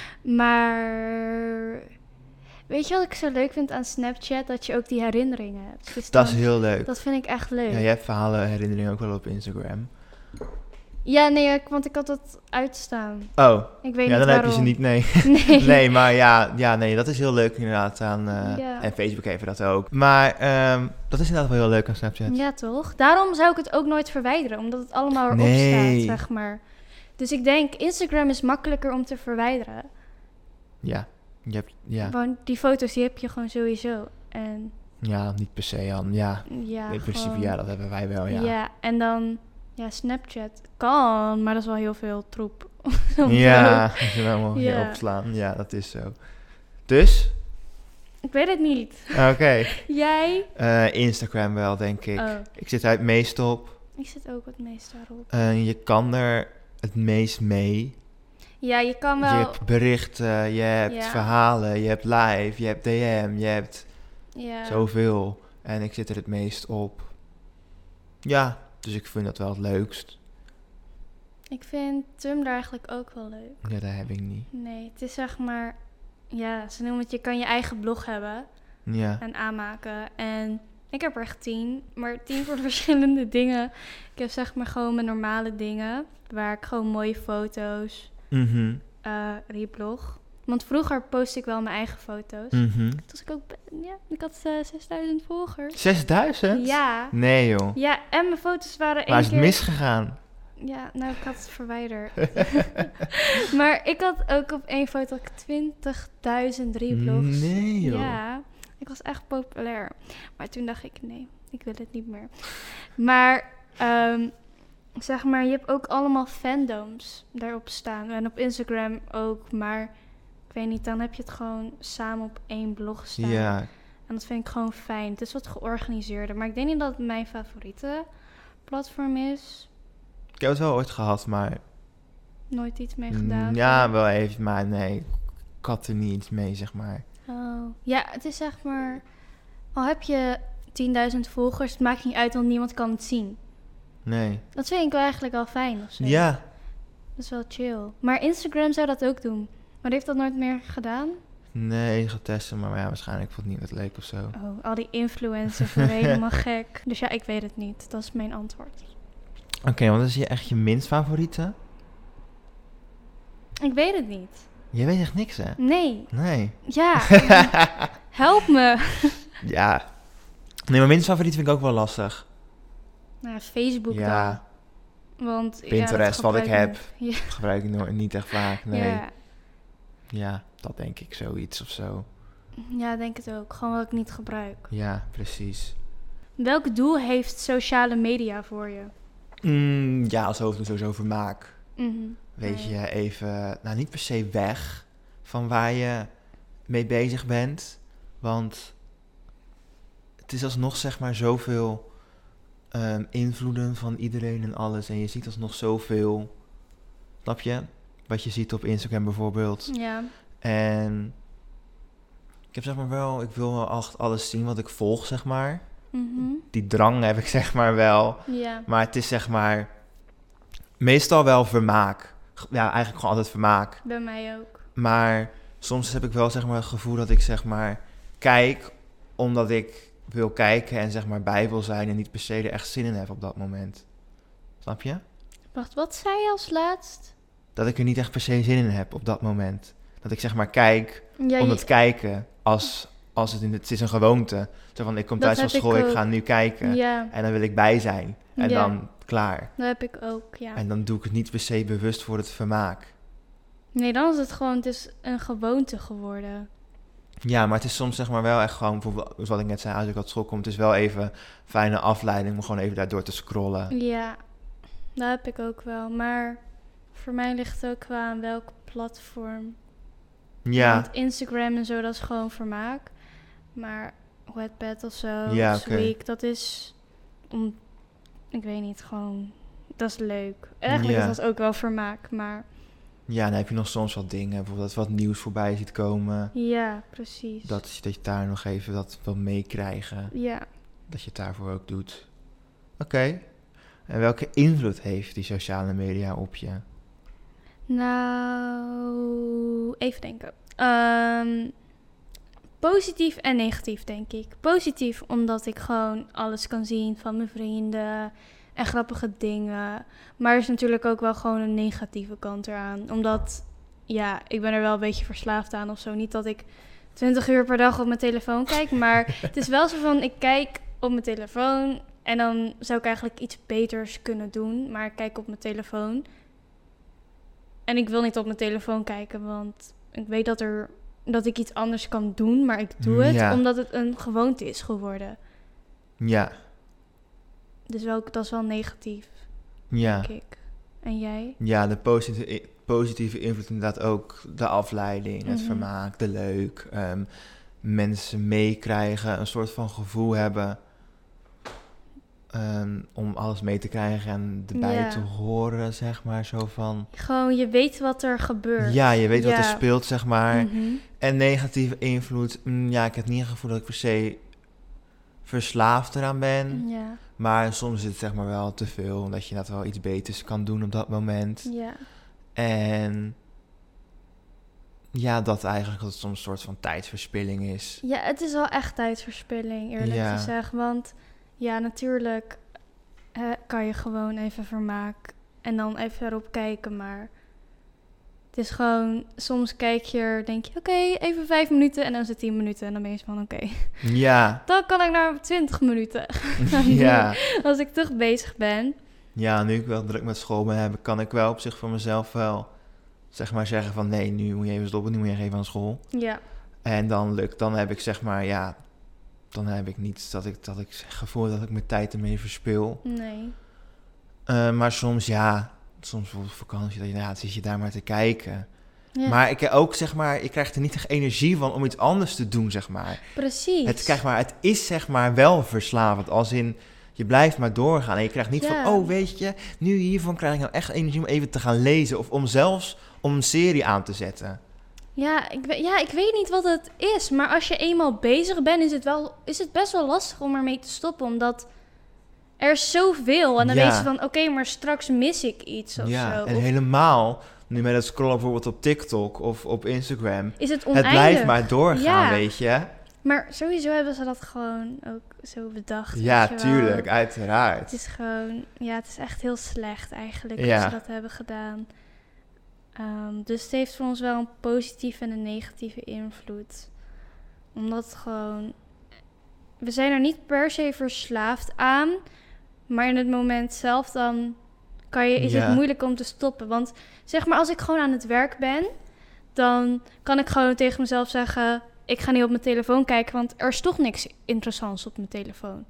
Maar weet je wat ik zo leuk vind aan Snapchat? Dat je ook die herinneringen hebt. Dus Dat is dan- heel leuk. dat vind ik echt leuk. Ja, jij hebt verhalen, herinneringen ook wel op Instagram. Ja, nee, ik- want ik had dat uitstaan. Oh, Ik weet ja, niet dan heb waarom. je ze niet, nee. Nee. Nee, maar ja, ja, nee, dat is heel leuk inderdaad aan... eh, Ja. En Facebook heeft dat ook. Maar ehm, dat is inderdaad wel heel leuk aan Snapchat. Ja, toch? Daarom zou ik het ook nooit verwijderen, omdat het allemaal erop Nee. staat, zeg maar. Dus ik denk, Instagram is makkelijker om te verwijderen. Ja, je hebt, ja. Want die foto's, die heb je gewoon sowieso. En Ja, niet per se, Jan. Ja, ja, in principe, gewoon- ja, dat hebben wij wel, ja. Ja, en dan, ja, Snapchat kan, maar dat is wel heel veel troep. om te Ja, doen. als je nou allemaal Ja. hier opslaan. Ja, dat is zo. Dus, Ik weet het niet. oké. Jij? Eh, Instagram wel, denk ik. Oh, Ik zit daar het meest op. ik zit ook het meest daarop. Eh, je kan er het meest mee. Ja, je kan Je wel... hebt berichten, je hebt Ja. verhalen, je hebt live, je hebt D M, je hebt Ja. zoveel. En ik zit er het meest op. Ja, dus ik vind dat wel het leukst. Ik vind Tumblr eigenlijk ook wel leuk. Ja, dat heb ik niet. Nee, het is zeg maar... Ja, ze noemen het, je kan je eigen blog hebben Ja. en aanmaken. En ik heb er echt tien, maar tien voor verschillende dingen. Ik heb zeg maar gewoon mijn normale dingen, waar ik gewoon mooie foto's, Mhm. eh reblog. Want vroeger post ik wel mijn eigen foto's. Mhm. Toen was ik ook, be- ja, ik had uh, zesduizend volgers. zesduizend? Ja. Nee, joh. Ja, en mijn foto's waren één Waar is het keer... misgegaan? Ja, nou, ik had het verwijderd. Maar ik had ook op één foto twintigduizend reblogs. Nee, joh. Ja, ik was echt populair. Maar toen dacht ik, nee, ik wil het niet meer. Maar, ehm, zeg maar, je hebt ook allemaal fandoms daarop staan. En op Instagram ook, maar ik weet niet, dan heb je het gewoon samen op één blog staan. Ja. En dat vind ik gewoon fijn. Het is wat georganiseerder. Maar ik denk niet dat het mijn favoriete platform is. Ik heb het wel ooit gehad, maar... Nooit iets mee mm, gedaan. Ja, wel even, maar nee. Ik had er niet iets mee, zeg maar. Oh. Ja, het is zeg maar... Al heb je tienduizend volgers, het maakt niet uit, want niemand kan het zien. Nee. Dat vind ik wel eigenlijk wel fijn of zo. Ja. Dat is wel chill. Maar Instagram zou dat ook doen. Maar heeft dat nooit meer gedaan? Nee, ik ga testen, maar ja, waarschijnlijk vond het niet wat leuk of zo. Oh, al die influencers worden helemaal gek. Dus ja, ik weet het niet. Dat is mijn antwoord. Oké, wat is je echt je minst favoriete? Ik weet het niet. Je weet echt niks, hè? Nee. Nee. Ja. Help me. Ja. Nee, mijn minst favoriet vind ik ook wel lastig. Nou, Facebook Ja, dan. Want, Pinterest, ja, dat wat ik gebruik heb. niet. dat gebruik ik nooit, niet echt vaak. Nee. Ja. Ja. dat denk ik, zoiets of zo. Ja, denk het ook. Gewoon wat ik niet gebruik. Ja, precies. Welk doel heeft sociale media voor je? Mm, ja, als hoofddoel sowieso vermaak. Mhm. Weet Ja. je, even, nou niet per se weg van waar je mee bezig bent. Want het is alsnog zeg maar zoveel um, invloeden van iedereen en alles. En je ziet alsnog zoveel, snap je? wat je ziet op Instagram bijvoorbeeld. Ja. En ik heb zeg maar wel, ik wil wel echt alles zien wat ik volg, zeg maar. Mm-hmm. Die drang heb ik zeg maar wel. Ja. Maar het is zeg maar meestal wel vermaak. Ja, eigenlijk gewoon altijd vermaak. Bij mij ook. Maar soms heb ik wel zeg maar het gevoel dat ik zeg maar kijk omdat ik wil kijken en zeg maar bij wil zijn en niet per se er echt zin in heb op dat moment. Snap je? Wacht, wat zei je als laatst? Dat ik er niet echt per se zin in heb op dat moment. Dat ik zeg maar kijk Ja, om je- het kijken als, als het, in het, het is een gewoonte. Zo van ik kom Dat thuis van heb ik school, ik, ook. ga nu kijken Ja, en dan wil ik bij zijn. En Ja. dan klaar. dat heb ik ook, ja. En dan doe ik het niet per se bewust voor het vermaak. Nee, dan is het gewoon, het is een gewoonte geworden. Ja, maar het is soms zeg maar wel echt gewoon, bijvoorbeeld wat ik net zei, als ik uit school kom, het is wel even een fijne afleiding om gewoon even daardoor te scrollen. Ja, dat heb ik ook wel. Maar voor mij ligt het ook qua aan welk platform. Ja, Want Instagram en zo, dat is gewoon vermaak. Maar Wattpad of zo, Ja, of oké. Sweek, dat is om, ik weet niet, gewoon, dat is leuk. Eigenlijk Ja. is dat ook wel vermaak, maar ja, dan heb je nog soms wat dingen, bijvoorbeeld dat wat nieuws voorbij ziet komen. ja, precies. Dat, is- dat je daar nog even dat wil meekrijgen. Ja, Dat je het daarvoor ook doet. Oké. En welke invloed heeft die sociale media op je? nou, even denken. Ehm, positief en negatief, denk ik. Positief omdat ik gewoon alles kan zien van mijn vrienden en grappige dingen. Maar er is natuurlijk ook wel gewoon een negatieve kant eraan. Omdat, ja, ik ben er wel een beetje verslaafd aan of zo. Niet dat ik twintig uur per dag op mijn telefoon kijk, maar het is wel zo van, ik kijk op mijn telefoon en dan zou ik eigenlijk iets beters kunnen doen. Maar ik kijk op mijn telefoon. En ik wil niet op mijn telefoon kijken, want ik weet dat, er, dat ik iets anders kan doen. Maar ik doe het Ja. omdat het een gewoonte is geworden. Ja, Dus wel, dat is wel negatief, ja. denk ik. En jij? Ja, de positieve, positieve invloed inderdaad ook. De afleiding, het Mhm. vermaak, de leuk. ehm, mensen meekrijgen, een soort van gevoel hebben. ehm, om alles mee te krijgen en erbij Ja. te horen, zeg maar. Zo van, Gewoon, je weet wat er gebeurt. ja, je weet wat er Ja. speelt, zeg maar. Mhm. En negatieve invloed, mm, ja, ik heb niet het gevoel dat ik per se verslaafd eraan ben. Ja, Maar soms is het zeg maar wel te veel, omdat je dat wel iets beters kan doen op dat moment. ja. En ja, dat eigenlijk dat het soms een soort van tijdsverspilling is. Ja, het is wel echt tijdverspilling, eerlijk Ja. gezegd. Want ja, natuurlijk eh, kan je gewoon even vermaak en dan even erop kijken. Maar het is gewoon, soms kijk je er, denk je, oké, even vijf minuten en dan is het tien minuten. En dan ben je zo van, oké, Ja, dan kan ik naar twintig minuten. ja. Als ik toch bezig ben. Ja, nu ik wel druk met school ben hebben, kan ik wel op zich voor mezelf wel zeg maar zeggen van nee, nu moet je even stoppen, nu moet je even aan school. Ja, En dan lukt, dan heb ik zeg maar, ja, dan heb ik niet dat ik, dat ik het gevoel dat ik mijn tijd ermee verspil. nee. Uh, maar soms, ja, soms bijvoorbeeld vakantie, dat je, ja, dan zit je daar maar te kijken. Ja, Maar ik ook, zeg maar, je krijgt er niet echt energie van om iets anders te doen, zeg maar. precies. Het, krijg maar. het is, zeg maar, wel verslavend. Als in, je blijft maar doorgaan. En je krijgt niet Ja. van, oh, weet je, nu hiervan krijg ik nou echt energie om even te gaan lezen. Of om zelfs om een serie aan te zetten. Ja ik, we- ja, ik weet niet wat het is. Maar als je eenmaal bezig bent, is het, wel, is het best wel lastig om ermee te stoppen. Omdat er is zoveel. En dan Ja. weet je van, oké, maar straks mis ik iets of ja, zo. en Of helemaal, nu met het scrollen bijvoorbeeld op TikTok of op Instagram. is het Het oneindig. blijft maar doorgaan, Ja. weet je. Maar sowieso hebben ze dat gewoon ook zo bedacht. Ja, weet je wel. tuurlijk, uiteraard. Het is gewoon, ja, het is echt heel slecht eigenlijk Ja. hoe ze dat hebben gedaan. Ehm, dus het heeft voor ons wel een positieve en een negatieve invloed. Omdat het gewoon, we zijn er niet per se verslaafd aan, maar in het moment zelf dan kan je, is Ja. het moeilijk om te stoppen. Want zeg maar, als ik gewoon aan het werk ben, dan kan ik gewoon tegen mezelf zeggen, ik ga niet op mijn telefoon kijken, want er is toch niks interessants op mijn telefoon.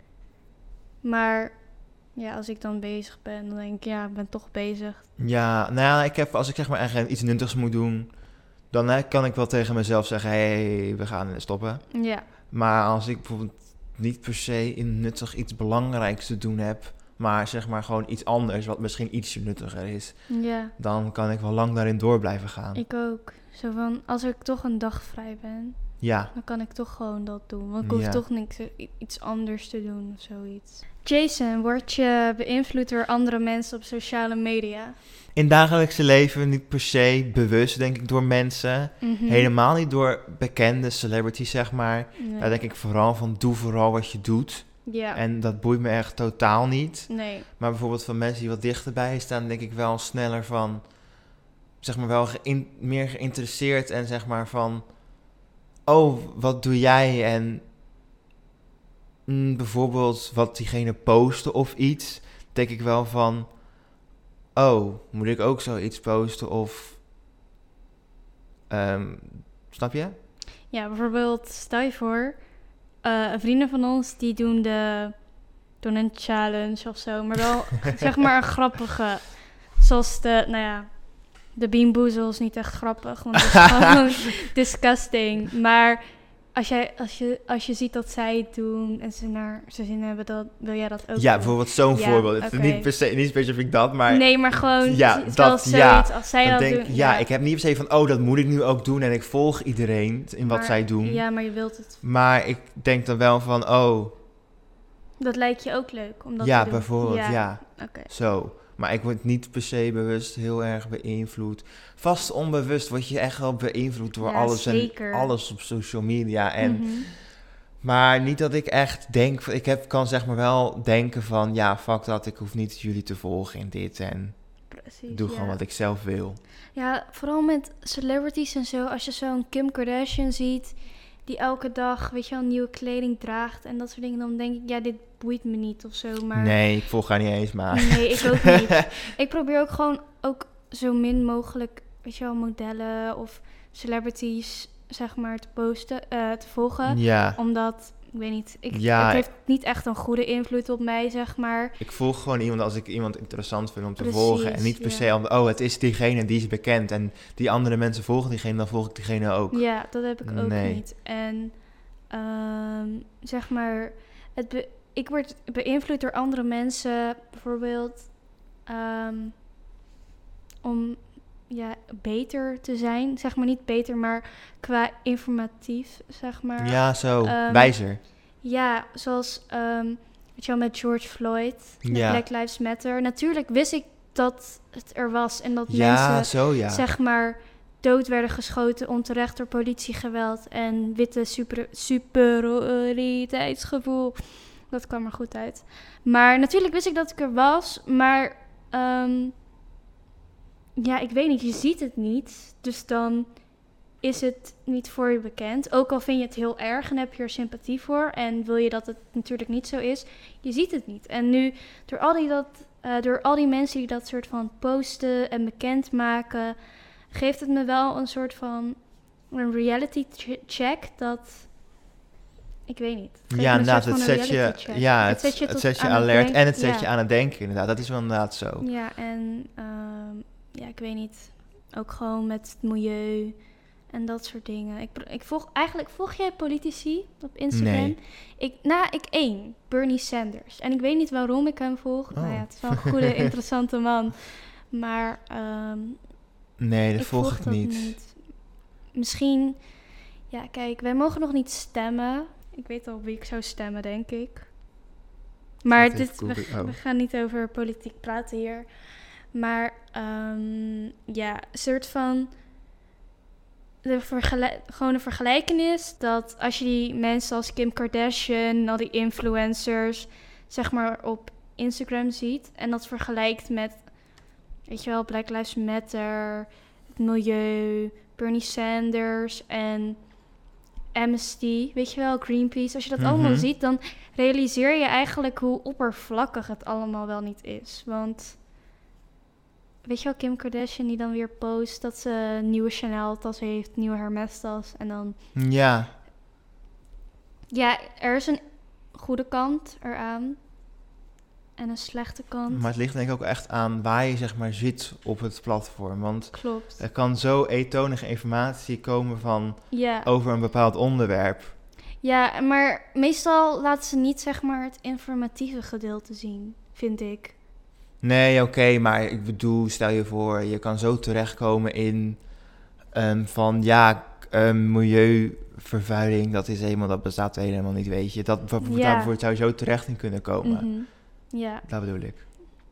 Maar ja, als ik dan bezig ben, dan denk ik, ja, ik ben toch bezig. Ja, nou ja, ik heb, als ik zeg maar echt iets nuttigs moet doen, dan hè, kan ik wel tegen mezelf zeggen, hé, hey, we gaan stoppen. Ja, Maar als ik bijvoorbeeld niet per se in nuttig iets belangrijks te doen heb, maar zeg maar gewoon iets anders, wat misschien ietsje nuttiger is. Ja. Dan kan ik wel lang daarin door blijven gaan. Ik ook. Zo van, als ik toch een dag vrij ben, ja. dan kan ik toch gewoon dat doen. Want ik hoef ja. toch niks, iets anders te doen of zoiets. Jason, word je beïnvloed door andere mensen op sociale media? In dagelijkse leven niet per se bewust, denk ik, door mensen. Mm-hmm. Helemaal niet door bekende celebrities, zeg maar. Nee. Daar denk ik vooral van, doe vooral wat je doet. Ja. En dat boeit me echt totaal niet. Nee. Maar bijvoorbeeld van mensen die wat dichterbij staan, denk ik wel sneller van, zeg maar wel geïn- meer geïnteresseerd en zeg maar van, oh, wat doe jij? En mm, bijvoorbeeld wat diegene posten of iets, denk ik wel van, oh, moet ik ook zoiets posten of, um, snap je? Ja, bijvoorbeeld, stel je voor, uh, vrienden van ons die doen de, doen een challenge of zo, maar wel zeg maar een grappige, zoals de, nou ja, de Bean Boozle is niet echt grappig, want het is gewoon disgusting. Maar als, jij, als, je, als je ziet dat zij het doen en ze naar ze zin hebben, dan wil jij dat ook Ja, doen. bijvoorbeeld zo'n ja, voorbeeld. Okay. Het is niet, per se, niet specifiek dat, maar... Nee, maar gewoon ja, dat, ja, als zij dat denk, doen. Ja, ja, ik heb niet per se van, oh, dat moet ik nu ook doen en ik volg iedereen in wat maar, zij doen. Ja, maar je wilt het. Maar ik denk dan wel van, oh... Dat lijkt je ook leuk, om dat ja, te doen. bijvoorbeeld, ja. ja. Okay. Zo. Maar ik word niet per se bewust heel erg beïnvloed. Vast onbewust word je echt wel beïnvloed door ja, alles zeker. en alles op social media. En, mm-hmm. Maar niet dat ik echt denk... Ik heb, kan zeg maar wel denken van... Ja, fuck dat, ik hoef niet jullie te volgen in dit. En Precies, doe ja. gewoon wat ik zelf wil. Ja, vooral met celebrities en zo. Als je zo'n Kim Kardashian ziet... die elke dag, weet je wel, nieuwe kleding draagt... en dat soort dingen, dan denk ik... ja, dit boeit me niet of zo, maar... Nee, ik volg haar niet eens, maar... Nee, ik ook niet. Ik probeer ook gewoon ook zo min mogelijk... weet je wel, modellen of celebrities... zeg maar, te posten, uh, te volgen. Ja. Omdat, ik weet niet, ik, ja, het heeft niet echt een goede invloed op mij, zeg maar. Ik volg gewoon iemand als ik iemand interessant vind om te Precies, volgen. En niet per ja. se om, oh, het is diegene, die is bekend. En die andere mensen volgen diegene, dan volg ik diegene ook. Ja, dat heb ik ook nee. niet. En, um, zeg maar, het be- ik word beïnvloed door andere mensen, bijvoorbeeld, um, om... ja, beter te zijn. Zeg maar niet beter, maar qua informatief, zeg maar. Ja, zo. Um, Wijzer. Ja, zoals, um, weet je wel, met George Floyd, met ja. Black Lives Matter. Natuurlijk wist ik dat het er was en dat ja, mensen, zo, ja. zeg maar, dood werden geschoten onterecht door politiegeweld en witte super, superioriteitsgevoel. Dat kwam er goed uit. Maar natuurlijk wist ik dat ik er was, maar... Um, ja, ik weet niet, je ziet het niet. Dus dan is het niet voor je bekend. Ook al vind je het heel erg en heb je er sympathie voor. En wil je dat het natuurlijk niet zo is. Je ziet het niet. En nu, door al die, dat, uh, door al die mensen die dat soort van posten en bekendmaken... geeft het me wel een soort van een reality check dat... Ik weet niet. Het ja, inderdaad, het zet je, ja, het, het zet je, het zet je alert denk- en het zet ja. je aan het denken. Inderdaad, dat is wel inderdaad zo. Ja, en... Um, ja, ik weet niet. Ook gewoon met het milieu en dat soort dingen. Ik, ik volg, eigenlijk, volg jij politici op Instagram? Nee. Ik, nou, ik één. Bernie Sanders. En ik weet niet waarom ik hem volg. Oh. Nou ja, het is wel een goede, interessante man. Maar um, nee, dat ik volg volg ik dat niet. niet. Misschien... Ja, kijk, wij mogen nog niet stemmen. Ik weet al wie ik zou stemmen, denk ik. Maar dit, we, oh. we gaan niet over politiek praten hier. Maar um, ja, een soort van de vergelijk, gewoon een vergelijkenis dat als je die mensen als Kim Kardashian, al die influencers, zeg maar op Instagram ziet en dat vergelijkt met, weet je wel, Black Lives Matter, het milieu, Bernie Sanders en Amnesty, weet je wel, Greenpeace. Als je dat mm-hmm. allemaal ziet, dan realiseer je eigenlijk hoe oppervlakkig het allemaal wel niet is. Want weet je wel, Kim Kardashian die dan weer post dat ze een nieuwe Chanel-tas heeft, nieuwe Hermes-tas. En dan... Ja. Ja, er is een goede kant eraan. En een slechte kant. Maar het ligt denk ik ook echt aan waar je zeg maar zit op het platform. Want klopt. Er kan zo eentonige informatie komen van ja. over een bepaald onderwerp. Ja, maar meestal laten ze niet, zeg maar, het informatieve gedeelte zien, vind ik. Nee, oké, okay, maar ik bedoel, stel je voor, je kan zo terechtkomen in um, van ja, um, milieuvervuiling, dat is helemaal, dat bestaat helemaal niet, weet je. Dat, Ja. Daarvoor zou je zo terecht in kunnen komen. Mm-hmm. Ja. Dat bedoel ik.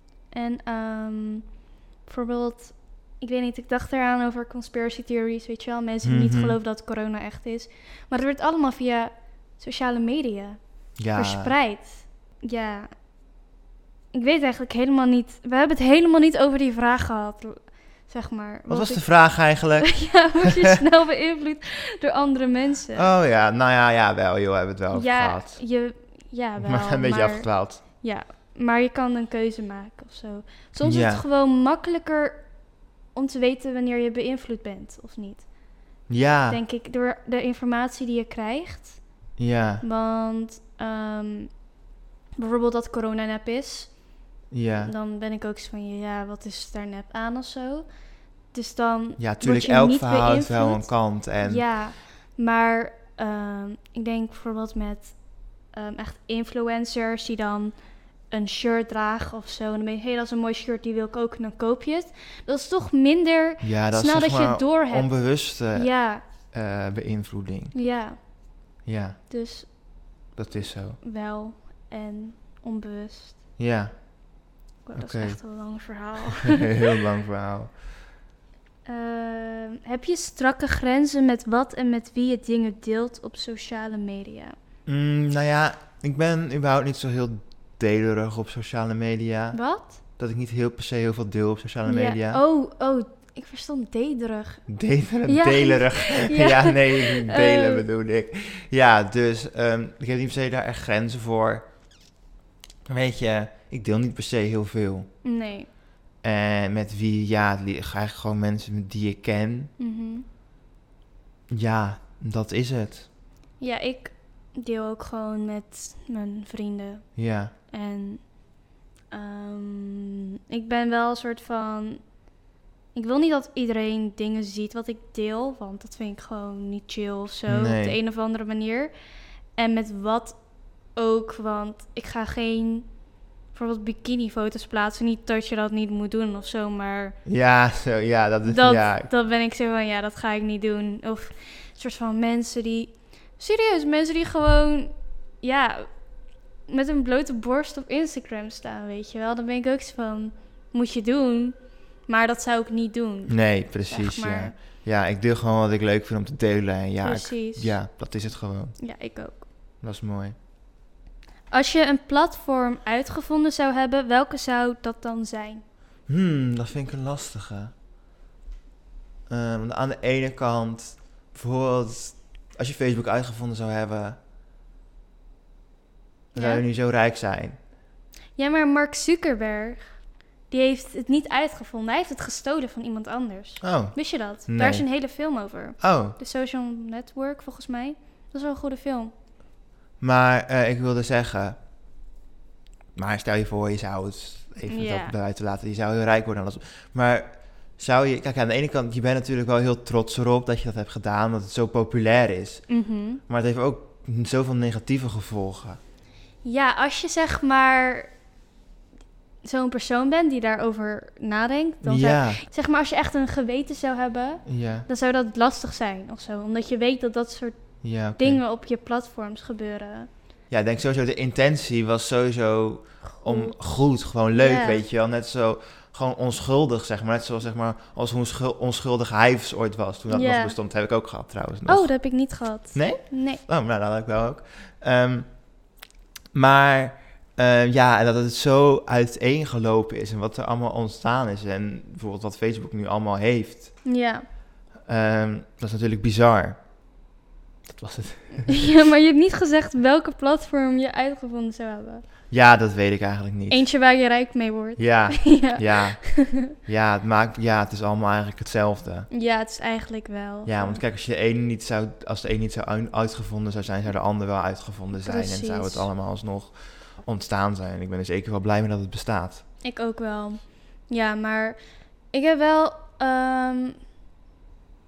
En um, bijvoorbeeld, ik weet niet, ik dacht eraan over conspiracy theories, weet je wel. Mensen die mm-hmm. niet geloven dat corona echt is. Maar het wordt allemaal via sociale media ja. verspreid. Ja, ik weet eigenlijk helemaal niet. We hebben het helemaal niet over die vraag gehad, zeg maar. Wat, Wat was ik... de vraag eigenlijk? Ja, word je snel beïnvloed door andere mensen? Oh ja, nou ja, ja wel joh, hebben we het wel over ja, gehad. Je, ja, wel. Maar een beetje maar, afgedwaald. Ja, maar je kan een keuze maken of zo. Soms ja. is het gewoon makkelijker om te weten wanneer je beïnvloed bent of niet. Ja. Denk ik, door de informatie die je krijgt. Ja. Want um, bijvoorbeeld dat corona nep is. Ja. Dan ben ik ook zo van, ja, wat is daar nep aan of zo. Dus dan ja, natuurlijk elk verhaal heeft wel een kant. En... Ja, maar um, ik denk bijvoorbeeld met um, echt influencers die dan een shirt dragen of zo. En dan ben je, hé, hey, dat is een mooi shirt, die wil ik ook. En dan koop je het. Dat is toch minder ja, dat snel is, dat zeg je maar, het door hebt. Onbewuste ja. uh, beïnvloeding. Ja. Ja. Dus. Dat is zo. Wel en onbewust. Ja. Wow, dat okay. is echt een lang verhaal. Heel lang verhaal. Uh, heb je strakke grenzen met wat en met wie je dingen deelt op sociale media? Mm, nou ja, ik ben überhaupt niet zo heel delerig op sociale media. Wat? Dat ik niet heel per se heel veel deel op sociale media. Ja. Oh, oh, ik verstond dederig. Dederig? Ja. Delerig. ja. ja, nee, delen uh. bedoel ik. Ja, dus um, ik heb niet per se daar echt grenzen voor. Weet je, ik deel niet per se heel veel. Nee. En met wie, ja, eigenlijk gewoon mensen die ik ken. Mm-hmm. Ja, dat is het. Ja, ik deel ook gewoon met mijn vrienden. Ja. En um, ik ben wel een soort van... Ik wil niet dat iedereen dingen ziet wat ik deel, want dat vind ik gewoon niet chill of zo, nee. op de een of andere manier. En met wat ook, want ik ga geen... bijvoorbeeld bikini-foto's plaatsen. Niet dat je dat niet moet doen of zo, maar... Ja, zo, ja, dat is... Dat, ja. dat ben ik zo van, ja, dat ga ik niet doen. Of een soort van mensen die... Serieus, mensen die gewoon... Ja, met een blote borst op Instagram staan, weet je wel. Dan ben ik ook zo van, moet je doen. Maar dat zou ik niet doen. Nee, precies, zeg maar. ja. Ja, ik deel gewoon wat ik leuk vind om te delen. En ja, precies. Ik, ja, dat is het gewoon. Ja, ik ook. Dat is mooi. Als je een platform uitgevonden zou hebben, welke zou dat dan zijn? Hmm, dat vind ik een lastige. Um, aan de ene kant, bijvoorbeeld, als je Facebook uitgevonden zou hebben, dan ja. zou je nu zo rijk zijn. Ja, maar Mark Zuckerberg, die heeft het niet uitgevonden. Hij heeft het gestolen van iemand anders. Oh. Wist je dat? Nee. Daar is een hele film over. Oh. The Social Network, volgens mij. Dat is wel een goede film. Maar uh, ik wilde zeggen... Maar stel je voor, je zou het... Even yeah. dat buiten laten. Je zou heel rijk worden. Maar zou je... Kijk, aan de ene kant... Je bent natuurlijk wel heel trots erop dat je dat hebt gedaan. Omdat het zo populair is. Mm-hmm. Maar het heeft ook zoveel negatieve gevolgen. Ja, als je zeg maar... zo'n persoon bent die daarover nadenkt. Dan ja. zou, zeg maar, als je echt een geweten zou hebben... Ja. Dan zou dat lastig zijn of zo. Omdat je weet dat dat soort... Ja, okay. dingen op je platforms gebeuren. Ja, ik denk sowieso de intentie was sowieso om goed, goed gewoon leuk, yeah. weet je wel. Net zo, gewoon onschuldig, zeg maar. Net zoals, zeg maar, als hoe onschul- onschuldig Hives ooit was. Toen dat yeah. nog bestond, heb ik ook gehad trouwens nog. Oh, dat heb ik niet gehad. Nee? Nee. Oh, nou, dat had ik wel ook. Um, maar, uh, ja, en dat het zo uiteengelopen is en wat er allemaal ontstaan is. En bijvoorbeeld wat Facebook nu allemaal heeft. Ja. Um, dat is natuurlijk bizar. Dat was het. Ja, maar je hebt niet gezegd welke platform je uitgevonden zou hebben. Ja, dat weet ik eigenlijk niet. Eentje waar je rijk mee wordt. Ja, ja. Ja, ja, het maakt, ja, het is allemaal eigenlijk hetzelfde. Ja, het is eigenlijk wel. Ja, want kijk, als, je de ene niet zou, als de een niet zou uitgevonden zou zijn, zou de ander wel uitgevonden zijn. Precies. En zou het allemaal alsnog ontstaan zijn. Ik ben er zeker wel blij mee dat het bestaat. Ik ook wel. Ja, maar ik heb wel... Um,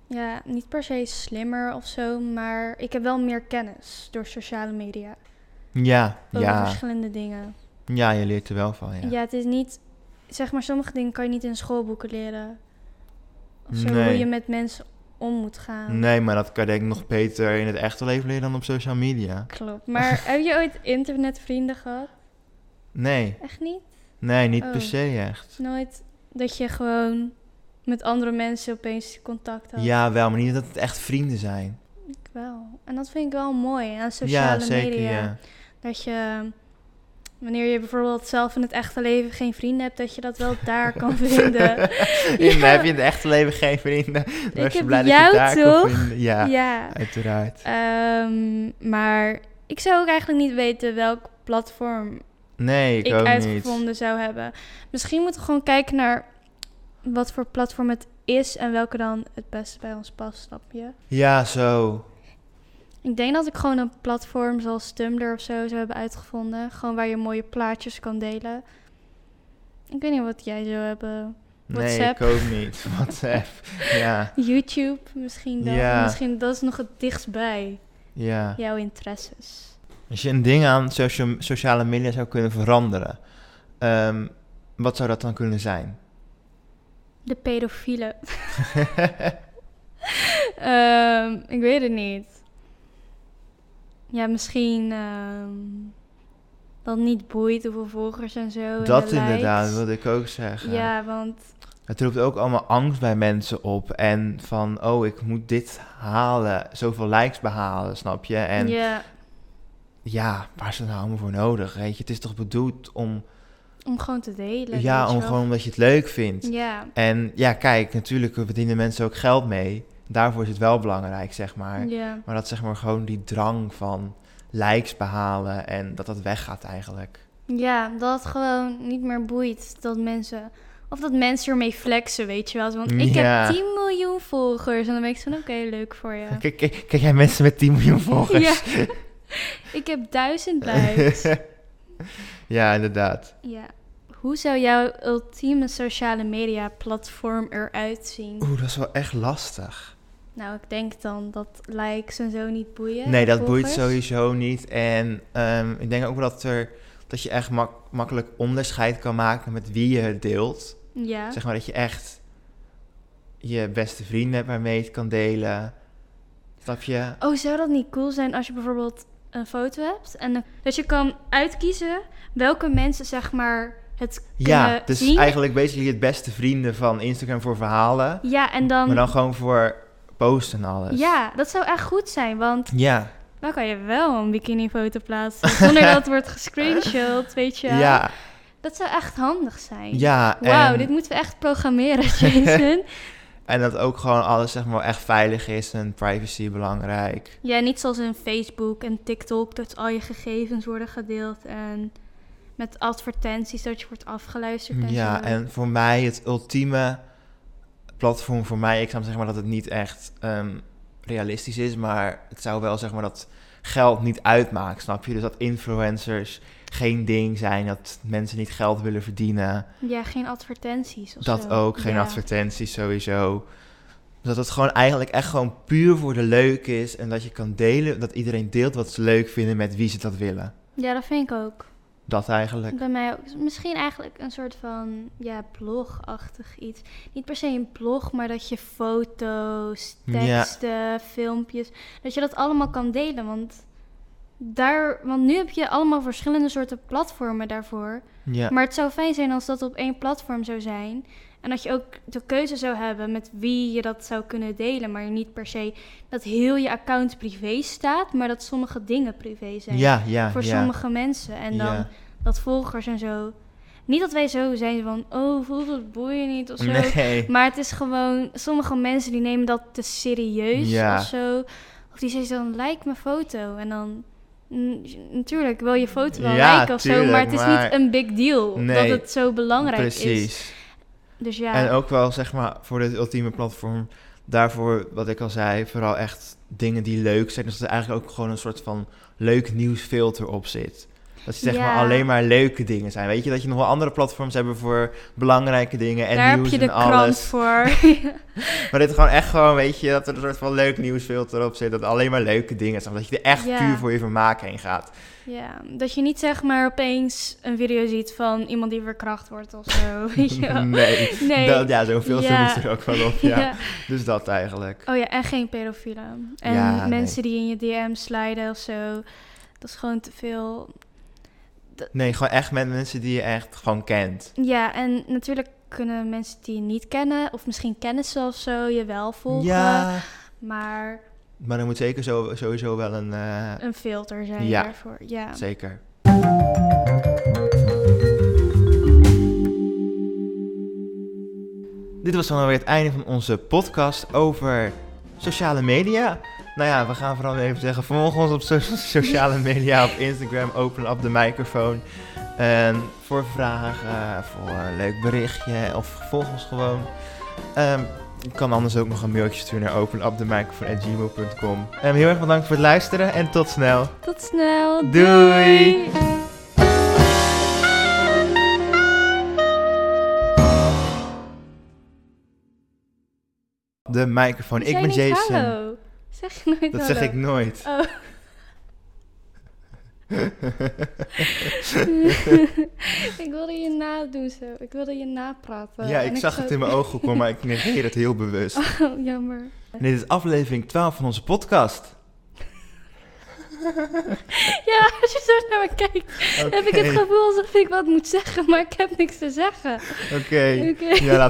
ja, niet per se slimmer of zo, maar ik heb wel meer kennis door sociale media. Ja, Over ja. verschillende dingen. Ja, je leert er wel van, ja. Ja, het is niet, zeg maar, sommige dingen kan je niet in schoolboeken leren. Of zo, Nee. hoe je met mensen om moet gaan. Nee, maar dat kan je denk ik nog beter in het echte leven leren dan op social media. Klopt. Maar heb je ooit internetvrienden gehad? Nee, Echt niet? nee, niet Oh. per se echt. Nooit dat je gewoon met andere mensen opeens contact had? Ja, wel, maar niet dat het echt vrienden zijn. Ik wel. En dat vind ik wel mooi aan sociale Ja, zeker, media. ja. Dat je, wanneer je bijvoorbeeld zelf in het echte leven geen vrienden hebt, dat je dat wel daar kan vinden. Ja. Ja. Heb je in het echte leven geen vrienden? Dan Ik was je heb blij jou dat je daar toch? kon vinden. Ja, Ja. uiteraard. Ehm, maar ik zou ook eigenlijk niet weten welk platform Nee, ik, ik ook niet. uitgevonden zou hebben. Misschien moeten we gewoon kijken naar wat voor platform het is en welke dan het beste bij ons past, snap je? Ja, zo. Ik denk dat ik gewoon een platform zoals Tumblr of zo zou hebben uitgevonden. Gewoon waar je mooie plaatjes kan delen. Ik weet niet wat jij zou hebben. Nee, WhatsApp. ik ook niet. WhatsApp. Ja, YouTube misschien dan. Ja. Misschien dat is nog het dichtstbij ja. jouw interesses. Als je een ding aan socia- sociale media zou kunnen veranderen, ehm, wat zou dat dan kunnen zijn? De pedofielen. Ehm, ik weet het niet. Ja, misschien ehm dat het niet boeit hoeveel volgers en zo. en Dat de inderdaad, likes. wilde ik ook zeggen. Ja, want Het roept ook allemaal angst bij mensen op. En van, oh, ik moet dit halen, zoveel likes behalen, snap je? En ja, ja, waar is het nou allemaal voor nodig, weet je? Het is toch bedoeld om, om gewoon te delen. ja, weet je om wel. gewoon omdat je het leuk vindt. Ja, En ja, kijk, natuurlijk verdienen mensen ook geld mee. Daarvoor is het wel belangrijk, zeg maar. ja. Maar dat zeg maar gewoon die drang van likes behalen en dat dat weggaat eigenlijk. ja, dat het gewoon niet meer boeit dat mensen... Of dat mensen ermee flexen, weet je wel. Zo, Want ik Ja. heb tien miljoen volgers. En dan ben ik zo, oké, leuk voor je. Kijk, kijk, kijk jij mensen met tien miljoen volgers? Ja. Ik heb duizend likes. Ja, inderdaad. Ja. Hoe zou jouw ultieme sociale media platform eruit zien? Oeh, dat is wel echt lastig. Nou, ik denk dan dat likes en zo niet boeien. Nee, dat volgers. boeit sowieso niet. En ehm, ik denk ook wel dat, er, dat je echt mak- makkelijk onderscheid kan maken met wie je het deelt. Ja. Zeg maar dat je echt je beste vrienden hebt waarmee je het kan delen. Snap je? Oh, zou dat niet cool zijn als je bijvoorbeeld een foto hebt? En dan- dat je kan uitkiezen welke mensen, zeg maar, het kunnen Ja, dus zien. eigenlijk basically het beste vrienden van Instagram voor verhalen. Ja, en dan... Maar dan gewoon voor posten en alles. Ja, dat zou echt goed zijn, want Ja. dan kan je wel een bikini-foto plaatsen. Zonder dat het wordt gescreenshot, weet je wel. Ja. Dat zou echt handig zijn. Ja. Wauw, en, dit moeten we echt programmeren, Jason. en dat ook gewoon alles zeg maar echt veilig is en privacy belangrijk. Ja, niet zoals in Facebook en TikTok, dat al je gegevens worden gedeeld en met advertenties dat je wordt afgeluisterd en Ja, zo. en voor mij het ultieme platform voor mij, ik zou zeggen maar dat het niet echt ehm, realistisch is, maar het zou wel zeg maar dat geld niet uitmaakt, snap je? Dus dat influencers geen ding zijn, dat mensen niet geld willen verdienen. Ja, geen advertenties of Dat zo. ook, geen Ja. advertenties sowieso. Dat het gewoon eigenlijk echt gewoon puur voor de leuk is en dat je kan delen, dat iedereen deelt wat ze leuk vinden met wie ze dat willen. Ja, dat vind ik ook. Dat eigenlijk. Bij mij ook. Misschien eigenlijk een soort van, ja, blogachtig iets. Niet per se een blog, maar dat je foto's, Ja. teksten, filmpjes, dat je dat allemaal kan delen. Want, daar, want nu heb je allemaal verschillende soorten platformen daarvoor. Ja. Maar het zou fijn zijn als dat op één platform zou zijn. En dat je ook de keuze zou hebben met wie je dat zou kunnen delen. Maar niet per se dat heel je account privé staat, maar dat sommige dingen privé zijn. Ja, ja, Voor ja. sommige mensen. En dan Ja. dat volgers en zo. Niet dat wij zo zijn van, oh, volgers boeien niet of zo. Nee. Maar het is gewoon, sommige mensen die nemen dat te serieus Ja. of zo. Of die zeggen dan, like mijn foto. En dan, n- natuurlijk wil je foto wel Ja, liken of zo. tuurlijk, Maar het is maar- niet een big deal Nee, dat het zo belangrijk is. Precies. Dus ja, En ook wel, zeg maar, voor dit ultieme platform, daarvoor, wat ik al zei, vooral echt dingen die leuk zijn. Dus dat er eigenlijk ook gewoon een soort van leuk nieuwsfilter op zit. Dat ze zeg Ja. maar alleen maar leuke dingen zijn. Weet je, dat je nog wel andere platforms hebben voor belangrijke dingen en Daar nieuws heb je de en krant alles. voor. Maar dit is gewoon echt gewoon, weet je, dat er een soort van leuk nieuwsfilter op zit. Dat alleen maar leuke dingen zijn. Dat je er echt Ja. puur voor je vermaak heen gaat. Ja, dat je niet zeg maar opeens een video ziet van iemand die verkracht wordt of zo. Weet je wel. Nee, Nee. Dat, ja, zo'n filter Ja. moest er ook wel op, ja. Ja. Dus dat eigenlijk. Oh ja, en geen pedofielen. En Ja, mensen die in je D M sliden of zo. Dat is gewoon te veel. Nee, gewoon echt met mensen die je echt gewoon kent. Ja, en natuurlijk kunnen mensen die je niet kennen, of misschien kennen ze of zo, je wel volgen. Ja, Maar maar er moet zeker zo, sowieso wel een... eh, een filter zijn Ja. daarvoor. Ja. Zeker. Dit was dan alweer het einde van onze podcast over sociale media. Nou ja, we gaan vooral even zeggen, volg ons op so- sociale media, op Instagram, open up de microfoon. En voor vragen, voor een leuk berichtje of volg ons gewoon. Um, je kan anders ook nog een mailtje sturen naar openupthemicrophone at gmail dot com. Um, heel erg bedankt voor het luisteren en tot snel. Tot snel. Doei. De microfoon. Ik ben Zeg niet Jason. hallo. Zeg je nooit Dat hallo? zeg ik nooit. Oh. Ik wilde je nadoen zo. Ik wilde je napraten. Ja, En ik zag zo- het in mijn ogen komen, maar ik negeer het heel bewust. Oh, jammer. En dit is aflevering twaalf van onze podcast. Ja, als je zo naar me kijkt, Oké. heb ik het gevoel alsof ik wat moet zeggen, maar ik heb niks te zeggen. Oké. Oké. Ja, laat